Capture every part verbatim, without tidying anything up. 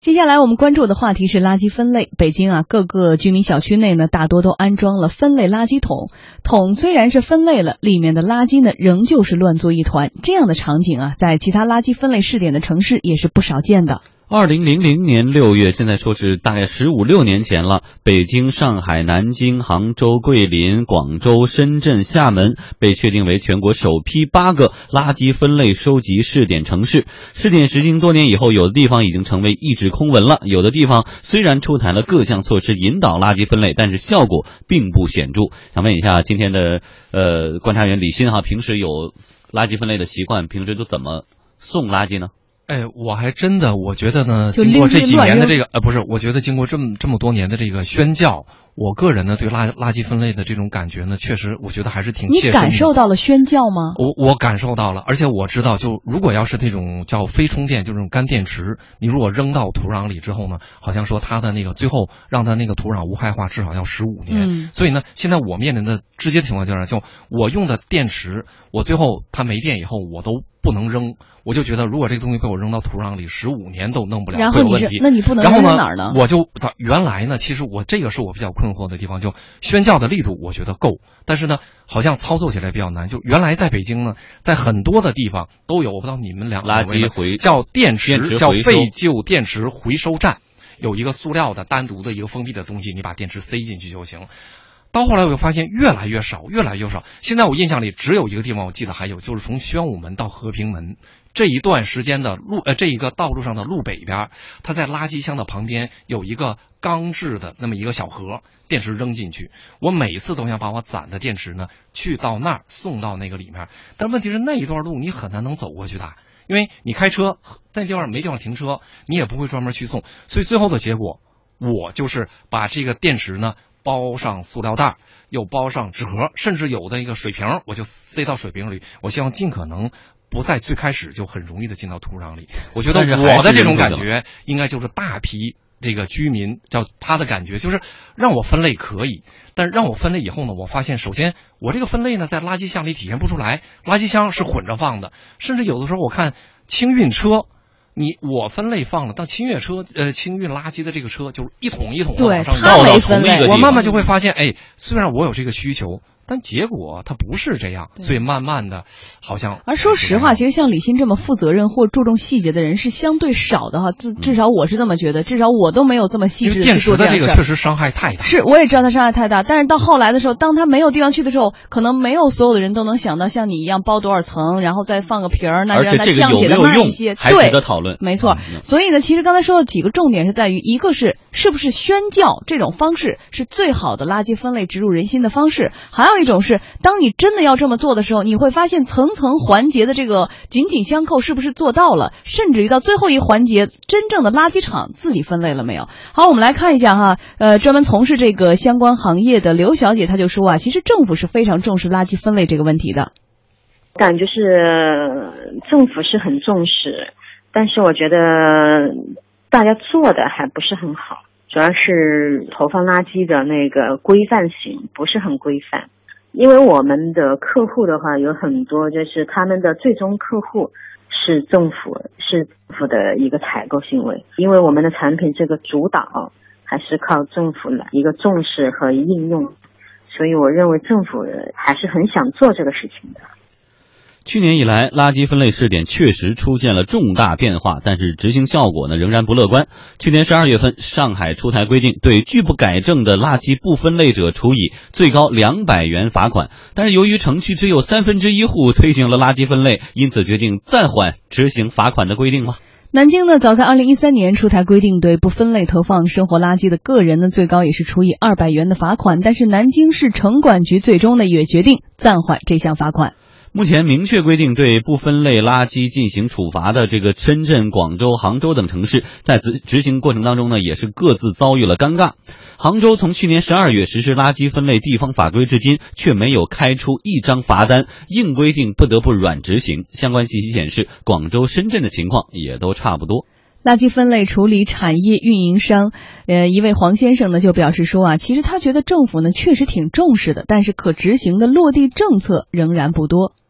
接下来我们关注的话题是垃圾分类。北京啊，各个居民小区内呢，大多都安装了分类垃圾桶。桶虽然是分类了，里面的垃圾呢，仍旧是乱作一团。这样的场景啊，在其他垃圾分类试点的城市也是不少见的。 二零零零年六月，现在说是大概十五六年前了。北京、上海、南京、杭州、桂林、广州、深圳、厦门被确定为全国首批八个垃圾分类收集试点城市。试点实行多年以后，有的地方已经成为一纸空文了，有的地方虽然出台了各项措施引导垃圾分类，但是效果并不显著。想问一下今天的呃观察员李欣哈，平时有垃圾分类的习惯，平时都怎么送垃圾呢？ 哎，我还真的，我觉得呢，经过这几年的这个，呃，不是，我觉得经过这么这么多年的这个宣教，我个人呢对垃垃圾分类的这种感觉呢，确实我觉得还是挺切身的。 你感受到了宣教吗？ 我我感受到了，而且我知道，就如果要是这种叫非充电，就这种干电池，你如果扔到土壤里之后呢，好像说它的那个最后让它那个土壤无害化至少要十五年。 嗯。 所以呢，现在我面临的直接情况就是，就我用的电池，我最后它没电以后，我都不能扔。我就觉得，如果这个东西被我扔到土壤里十五年都弄不了， 然后你是那你不能扔在哪儿呢？ 我就原来呢，其实我这个是我比较困惑的地方，就宣教的力度我觉得够，但是呢，好像操作起来比较难。就原来在北京呢，在很多的地方都有，我不知道你们两垃圾回叫电池， 电池叫废旧电池回收站，有一个塑料的单独的一个封闭的东西，你把电池塞进去就行。到后来我就发现越来越少，越来越少。现在我印象里只有一个地方我记得还有，就是从宣武门到和平门这一段时间的路，呃，这一个道路上的路北边，它在垃圾箱的旁边有一个钢制的那么一个小盒，电池扔进去。我每次都想把我攒的电池呢，去到那儿送到那个里面。但问题是那一段路你很难能走过去的，因为你开车那地方没地方停车，你也不会专门去送。所以最后的结果，我就是把这个电池呢包上塑料袋，又包上纸盒，甚至有的一个水瓶，我就塞到水瓶里。我希望尽可能不在最开始就很容易的进到土壤里。我觉得我的这种感觉应该就是大批这个居民叫他的感觉，就是让我分类可以，但是让我分类以后呢，我发现首先我这个分类呢在垃圾箱里体现不出来，垃圾箱是混着放的，甚至有的时候我看清运车。你我分类放了，但清运车呃清运垃圾的这个车就是一桶一桶的往上倒到同一个地方， 我慢慢就会发现，哎，虽然我有这个需求，但结果它不是这样，所以慢慢的好像。 而说实话，其实像李欣这么负责任或注重细节的人是相对少的哈，至至少我是这么觉得，至少我都没有这么细致的去做这样的事。 电池的这个确实伤害太大。 是，我也知道它伤害太大，但是到后来的时候，当他没有地方去的时候，可能没有所有的人都能想到像你一样包多少层，然后再放个瓶儿，那让它降解的慢一些。 还值得讨论。 没错。所以呢，其实刚才说的几个重点是在于，一个是是不是宣教这种方式是最好的垃圾分类植入人心的方式，还有一种是当你真的要这么做的时候，你会发现层层环节的这个紧紧相扣是不是做到了，甚至于到最后一环节，真正的垃圾场自己分类了没有。好，我们来看一下哈，呃，专门从事这个相关行业的刘小姐她就说啊，其实政府是非常重视垃圾分类这个问题的。 感觉是政府是很重视，但是我觉得大家做的还不是很好，主要是投放垃圾的那个规范性不是很规范。因为我们的客户的话有很多，就是他们的最终客户是政府，是政府的一个采购行为，因为我们的产品这个主导还是靠政府的一个重视和应用，所以我认为政府还是很想做这个事情的。 去年以来，垃圾分类试点确实出现了重大变化，但是执行效果呢仍然不乐观。去年十二月份，上海出台规定，对拒不改正的垃圾不分类者处以最高两百元罚款。但是由于城区只有三分之一户推行了垃圾分类，因此决定暂缓执行罚款的规定了。 南京呢，早在二零一三年出台规定，对不分类投放生活垃圾的个人呢，最高也是处以二百元的罚款。但是南京市城管局最终呢也决定暂缓这项罚款。 目前明确规定对不分类垃圾进行处罚的这个深圳、广州、杭州等城市，在此执行过程当中呢，也是各自遭遇了尴尬。杭州从去年十二月实施垃圾分类地方法规至今，却没有开出一张罚单，硬规定不得不软执行。相关信息显示，广州、深圳的情况也都差不多。 垃圾分类处理产业运营商，呃，一位黄先生呢就表示说啊，其实他觉得政府呢确实挺重视的，但是可执行的落地政策仍然不多。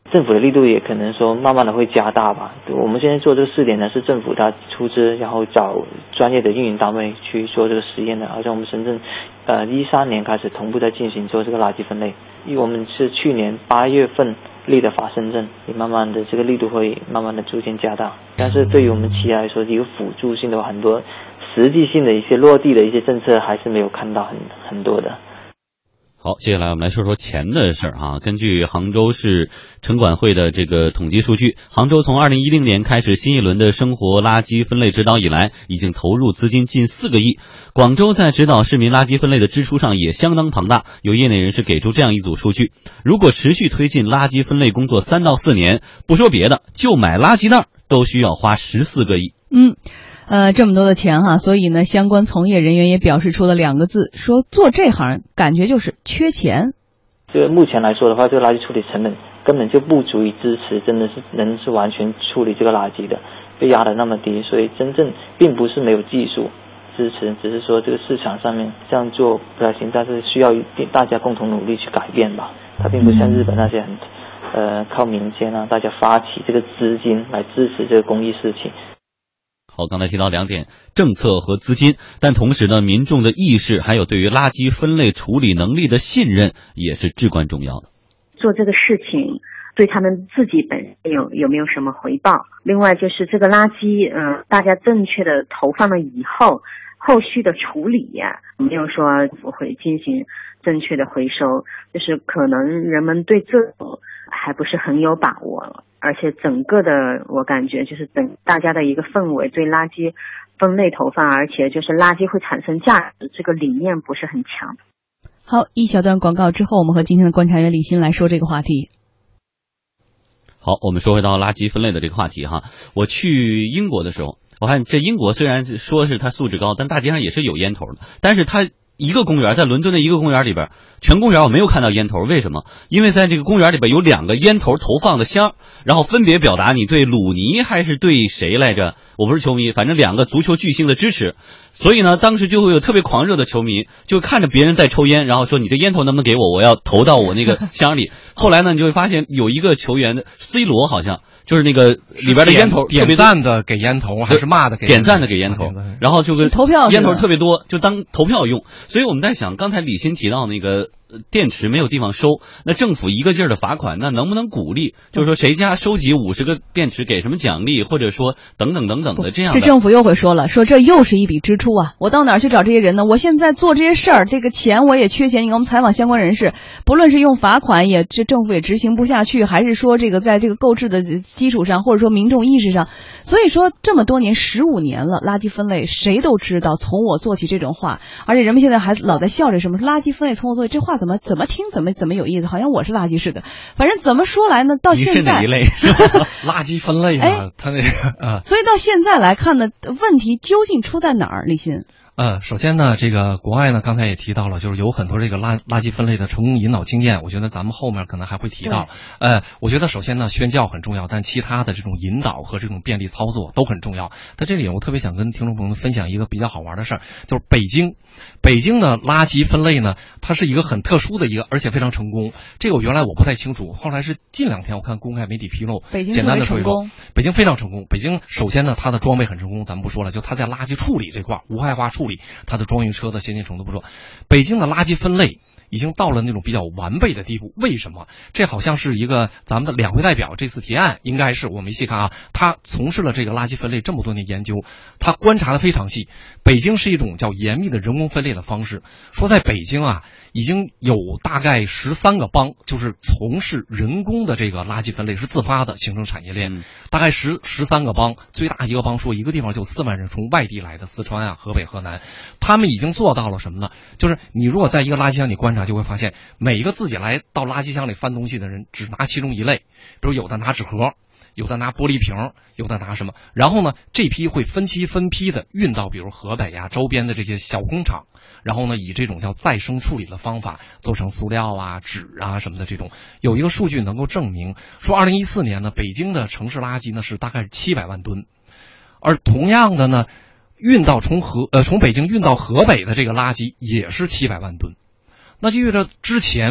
政府的力度也可能说慢慢的会加大吧。我们现在做这个试点呢，是政府他出资，然后找专业的运营单位去做这个实验的。好像我们深圳，呃，一三年开始同步在进行做这个垃圾分类，因为我们是去年八月份立的法深圳，也慢慢的这个力度会慢慢的逐渐加大。但是对于我们企业来说，一个辅助性的很多实际性的一些落地的一些政策还是没有看到很很多的。 好，接下来我们来说说钱的事儿啊。根据杭州市城管会的这个统计数据，杭州从二零一零年开始新一轮的生活垃圾分类指导以来，已经投入资金近四个亿。广州在指导市民垃圾分类的支出上也相当庞大，有业内人士给出这样一组数据：如果持续推进垃圾分类工作三到四年，不说别的，就买垃圾袋都需要花十四个亿。 嗯。呃，这么多的钱哈，所以呢，相关从业人员也表示出了两个字，说做这行感觉就是缺钱。 这个目前来说的话，这个垃圾处理成本根本就不足以支持，真的是能是完全处理这个垃圾的，被压得那么低，所以真正并不是没有技术支持，只是说这个市场上面这样做不太行，但是需要大家共同努力去改变吧。它并不像日本那些很呃靠民间啊，大家发起这个资金来支持这个公益事情。 好，刚才提到两点，政策和资金，但同时呢，民众的意识还有对于垃圾分类处理能力的信任也是至关重要的。 做这个事情对他们自己本身有有没有什么回报？另外就是这个垃圾，嗯、呃，大家正确的投放了以后，后续的处理呀、啊，没有说会进行正确的回收，就是可能人们对这种还不是很有把握。而且整个的我感觉就是整大家的一个氛围对垃圾分类投放，而且就是垃圾会产生价值这个理念不是很强。 好，一小段广告之后，我们和今天的观察员李欣来说这个话题。 好，我们说回到垃圾分类的这个话题哈。我去英国的时候，我看这英国虽然说是它素质高，但大街上也是有烟头的，但是它一个公园，在伦敦的一个公园里边，全公园我没有看到烟头，为什么？因为在这个公园里边有两个烟头投放的箱，然后分别表达你对鲁尼还是对谁来着？我不是球迷，反正两个足球巨星的支持。所以呢，当时就会有特别狂热的球迷，就看着别人在抽烟，然后说你这烟头能不能给我，我要投到我那个箱里。后来呢，你就会发现有一个球员的 C 罗好像就是那个里边的烟头特别点赞的给烟头，还是骂的给点赞的给烟头，然后就跟投票烟头特别多，就当投票用。所以我们在想，刚才李欣提到那个电池没有地方收，那政府一个劲儿的罚款，那能不能鼓励？就是说谁家收集五十个电池给什么奖励，或者说等等等等的这样的。 这政府又会说了，说这又是一笔支出啊！我到哪儿去找这些人呢？我现在做这些事儿，这个钱我也缺钱。你给我们采访相关人士，不论是用罚款也这政府也执行不下去，还是说这个在这个购置的基础上，或者说民众意识上，所以说这么多年十五年了，垃圾分类谁都知道，从我做起这种话，而且人们现在还老在笑这什么垃圾分类从我做起，这话怎么怎么听怎么怎么有意思，好像我是垃圾似的。反正怎么说来呢，到现在你是哪一类垃圾分类嘛， 哎， 他那个啊， 所以到现在来看呢，问题究竟出在哪儿？李欣。 呃，首先呢，这个国外呢，刚才也提到了，就是有很多这个垃垃圾分类的成功引导经验，我觉得咱们后面可能还会提到。呃，我觉得首先呢，宣教很重要，但其他的这种引导和这种便利操作都很重要。在这里，我特别想跟听众朋友们分享一个比较好玩的事儿，就是北京，北京的垃圾分类呢，它是一个很特殊的一个，而且非常成功。这个我原来我不太清楚，后来是近两天我看公开媒体披露， 北京简单的说一说， 成功北京非常成功。北京首先呢，它的装备很成功，咱们不说了，就它在垃圾处理这块无害化处理。它的装运车的先进程度不说，北京的垃圾分类已经到了那种比较完备的地步。为什么？这好像是一个咱们的两会代表这次提案，应该是我没细看啊，他从事了这个垃圾分类这么多年研究，他观察的非常细。北京是一种叫严密的人工分类的方式，说在北京啊，已经有大概十三个帮，就是从事人工的这个垃圾分类是自发的形成产业链，嗯、大概十十三个帮，最大一个帮说一个地方就四万人从外地来的，四川啊、河北、河南，他们已经做到了什么呢？就是你如果在一个垃圾箱里观察，就会发现每一个自己来到垃圾箱里翻东西的人只拿其中一类，比如有的拿纸盒，有的拿玻璃瓶，有的拿什么，然后呢这批会分期分批的运到比如河北呀、啊、周边的这些小工厂，然后呢以这种叫再生处理的方法做成塑料啊、纸啊什么的。这种有一个数据能够证明说二零一四年呢，北京的城市垃圾呢是大概七百万吨，而同样的呢运到从河呃从北京运到河北的这个垃圾也是七百万吨，那就意味着之前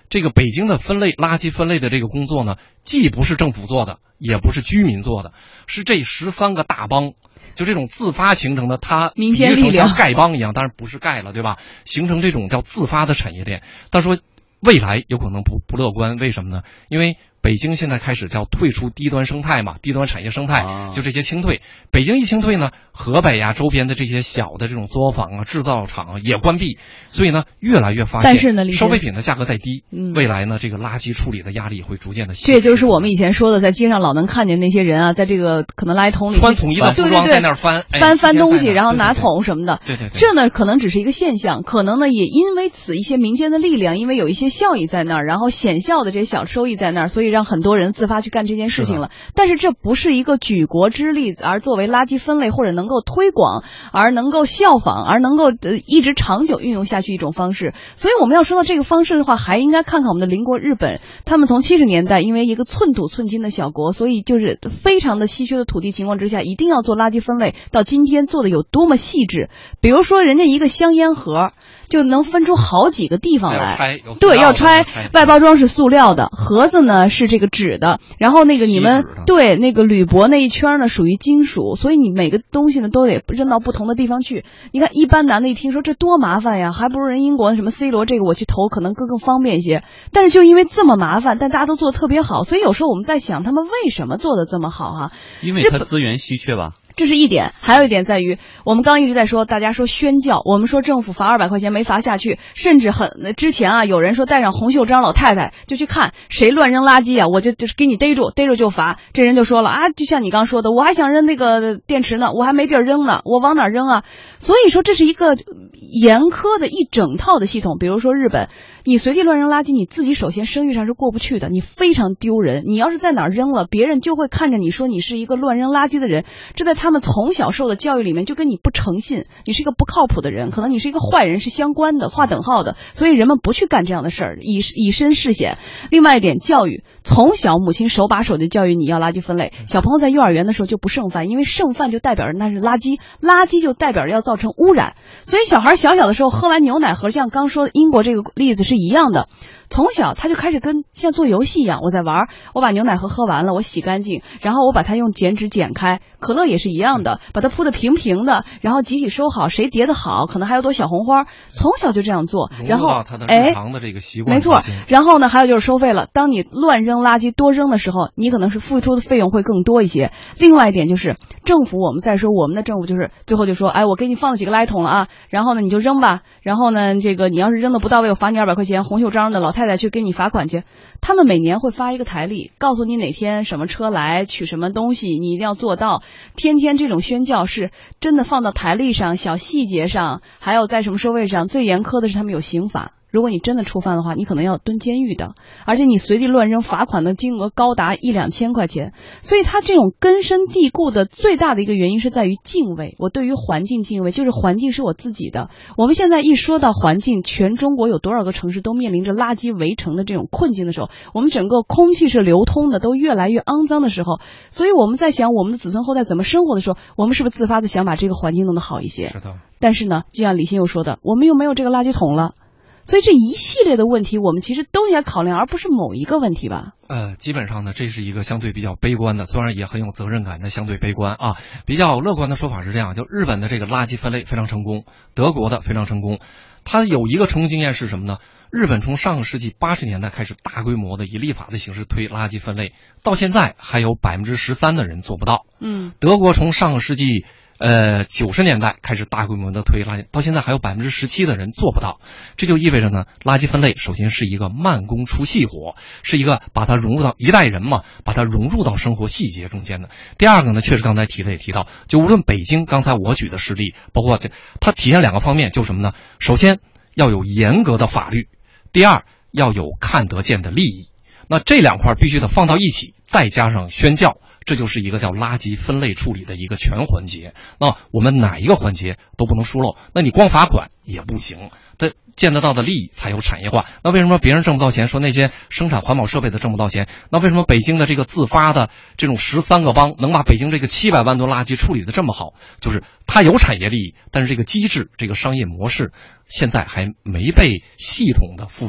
这个北京的分类垃圾分类的这个工作呢，既不是政府做的，也不是居民做的，是这十三个大帮。就这种自发形成的，它民间力量像丐帮一样，当然不是丐了，对吧？形成这种叫自发的产业链。他说未来有可能不不乐观，为什么呢？因为北京现在开始叫退出低端生态嘛，低端产业生态， 啊、 就这些清退。北京一清退呢，河北呀、啊、周边的这些小的这种作坊啊、制造厂啊也关闭，所以呢，越来越发现， 但是呢， 消费品的价格再低， 嗯， 未来呢，这个垃圾处理的压力会逐渐的。 这也就是我们以前说的，在街上老能看见那些人啊，在这个可能垃圾桶里穿统一的服装在那儿翻对对对翻翻东西， 哎、 然后拿桶什么的。 对对对， 这呢可能只是一个现象，可能呢也因为此一些民间的力量，因为有一些效益在那儿，然后显效的这些小收益在那儿，所以让很多人自发去干这件事情了。但是这不是一个举国之力，而作为垃圾分类或者能够推广，而能够效仿，而能够呃一直长久运用下去一种方式。所以我们要说到这个方式的话，还应该看看我们的邻国日本，他们从七十年代因为一个寸土寸金的小国，所以就是非常的稀缺的土地情况之下，一定要做垃圾分类，到今天做的有多么细致。比如说人家一个香烟盒就能分出好几个地方来，对，要拆，外包装是塑料的，盒子呢是这个纸的，然后那个你们对那个铝箔那一圈呢属于金属，所以你每个东西呢都得扔到不同的地方去。你看一般男的一听说这多麻烦呀，还不如人英国什么 C 罗这个我去投可能更更方便一些。但是就因为这么麻烦，但大家都做得特别好，所以有时候我们在想他们为什么做得这么好哈、啊？ 因为它资源稀缺吧。 这是一点，还有一点在于，我们刚刚一直在说，大家说宣教，我们说政府罚二百块钱没罚下去，甚至很之前啊，有人说带上红袖章老太太就去看谁乱扔垃圾啊，我就就是给你逮住，逮住就罚。这人就说了啊，就像你刚说的，我还想扔那个电池呢，我还没地儿扔呢，我往哪扔啊？所以说这是一个严苛的一整套的系统。比如说日本，你随地乱扔垃圾，你自己首先声誉上是过不去的，你非常丢人。你要是在哪儿扔了，别人就会看着你说你是一个乱扔垃圾的人，这在他们从小受的教育里面就跟你不诚信，你是一个不靠谱的人，可能你是一个坏人是相关的，划等号的，所以人们不去干这样的事儿，以以身试险。另外一点，教育，从小母亲手把手的教育你要垃圾分类，小朋友在幼儿园的时候就不剩饭，因为剩饭就代表着那是垃圾，垃圾就代表着要造成污染，所以小孩小小的时候喝完牛奶盒，像刚说的英国这个例子是一样的，从小他就开始跟像做游戏一样，我在玩，我把牛奶盒喝完了，我洗干净，然后我把它用剪纸剪开，可乐也是一样的，把它铺得平平的，然后集体收好，谁叠得好，可能还有朵小红花，从小就这样做，然后哎， 没错，然后呢，还有就是收费了。当你乱扔垃圾多扔的时候，你可能是付出的费用会更多一些。另外一点就是政府，我们再说我们的政府就是最后就说，哎，我给你放了几个垃圾桶了啊，然后呢你就扔吧，然后呢这个你要是扔的不到位，我罚你二百块钱，红袖章的老太太去给你罚款去。他们每年会发一个台历，告诉你哪天什么车来取什么东西，你一定要做到。天天这种宣教是真的放到台历上，小细节上，还有在什么收费上，最严苛的是他们有刑法。如果你真的触犯的话，你可能要蹲监狱的，而且你随地乱扔，罚款的金额高达一两千块钱。所以它这种根深蒂固的最大的一个原因是在于敬畏，我对于环境敬畏，就是环境是我自己的。我们现在一说到环境，全中国有多少个城市都面临着垃圾围城的这种困境的时候，我们整个空气是流通的，都越来越肮脏的时候，所以我们在想我们的子孙后代怎么生活的时候，我们是不是自发的想把这个环境弄得好一些？ 是的。 但是呢，就像李欣又说的，我们又没有这个垃圾桶了。所以这一系列的问题我们其实都应该考量，而不是某一个问题吧。 呃，基本上呢，这是一个相对比较悲观的，虽然也很有责任感的相对悲观啊。比较乐观的说法是这样，就日本的这个垃圾分类非常成功，德国的非常成功。它有一个成功经验是什么呢？日本从上个世纪八十年代开始大规模的以立法的形式推垃圾分类，到现在还有百分之十三的人做不到。 嗯， 德国从上个世纪呃，九十年代开始大规模的推垃圾，到现在还有百分之十七的人做不到。这就意味着呢，垃圾分类首先是一个慢工出细活，是一个把它融入到一代人嘛，把它融入到生活细节中间的。第二个呢，确实刚才提的也提到，就无论北京刚才我举的事例，包括这，它体现两个方面，就是什么呢？首先要有严格的法律，第二要有看得见的利益。那这两块必须得放到一起，再加上宣教。这就是一个叫垃圾分类处理的一个全环节。那我们哪一个环节都不能疏漏，那你光罚款也不行，它见得到的利益才有产业化。那为什么别人挣不到钱，说那些生产环保设备的挣不到钱？那为什么北京的这个自发的这种十三个帮能把北京这个七百万吨垃圾处理的这么好？就是它有产业利益，但是这个机制这个商业模式现在还没被系统的复制。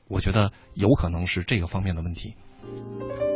我觉得有可能是这个方面的问题。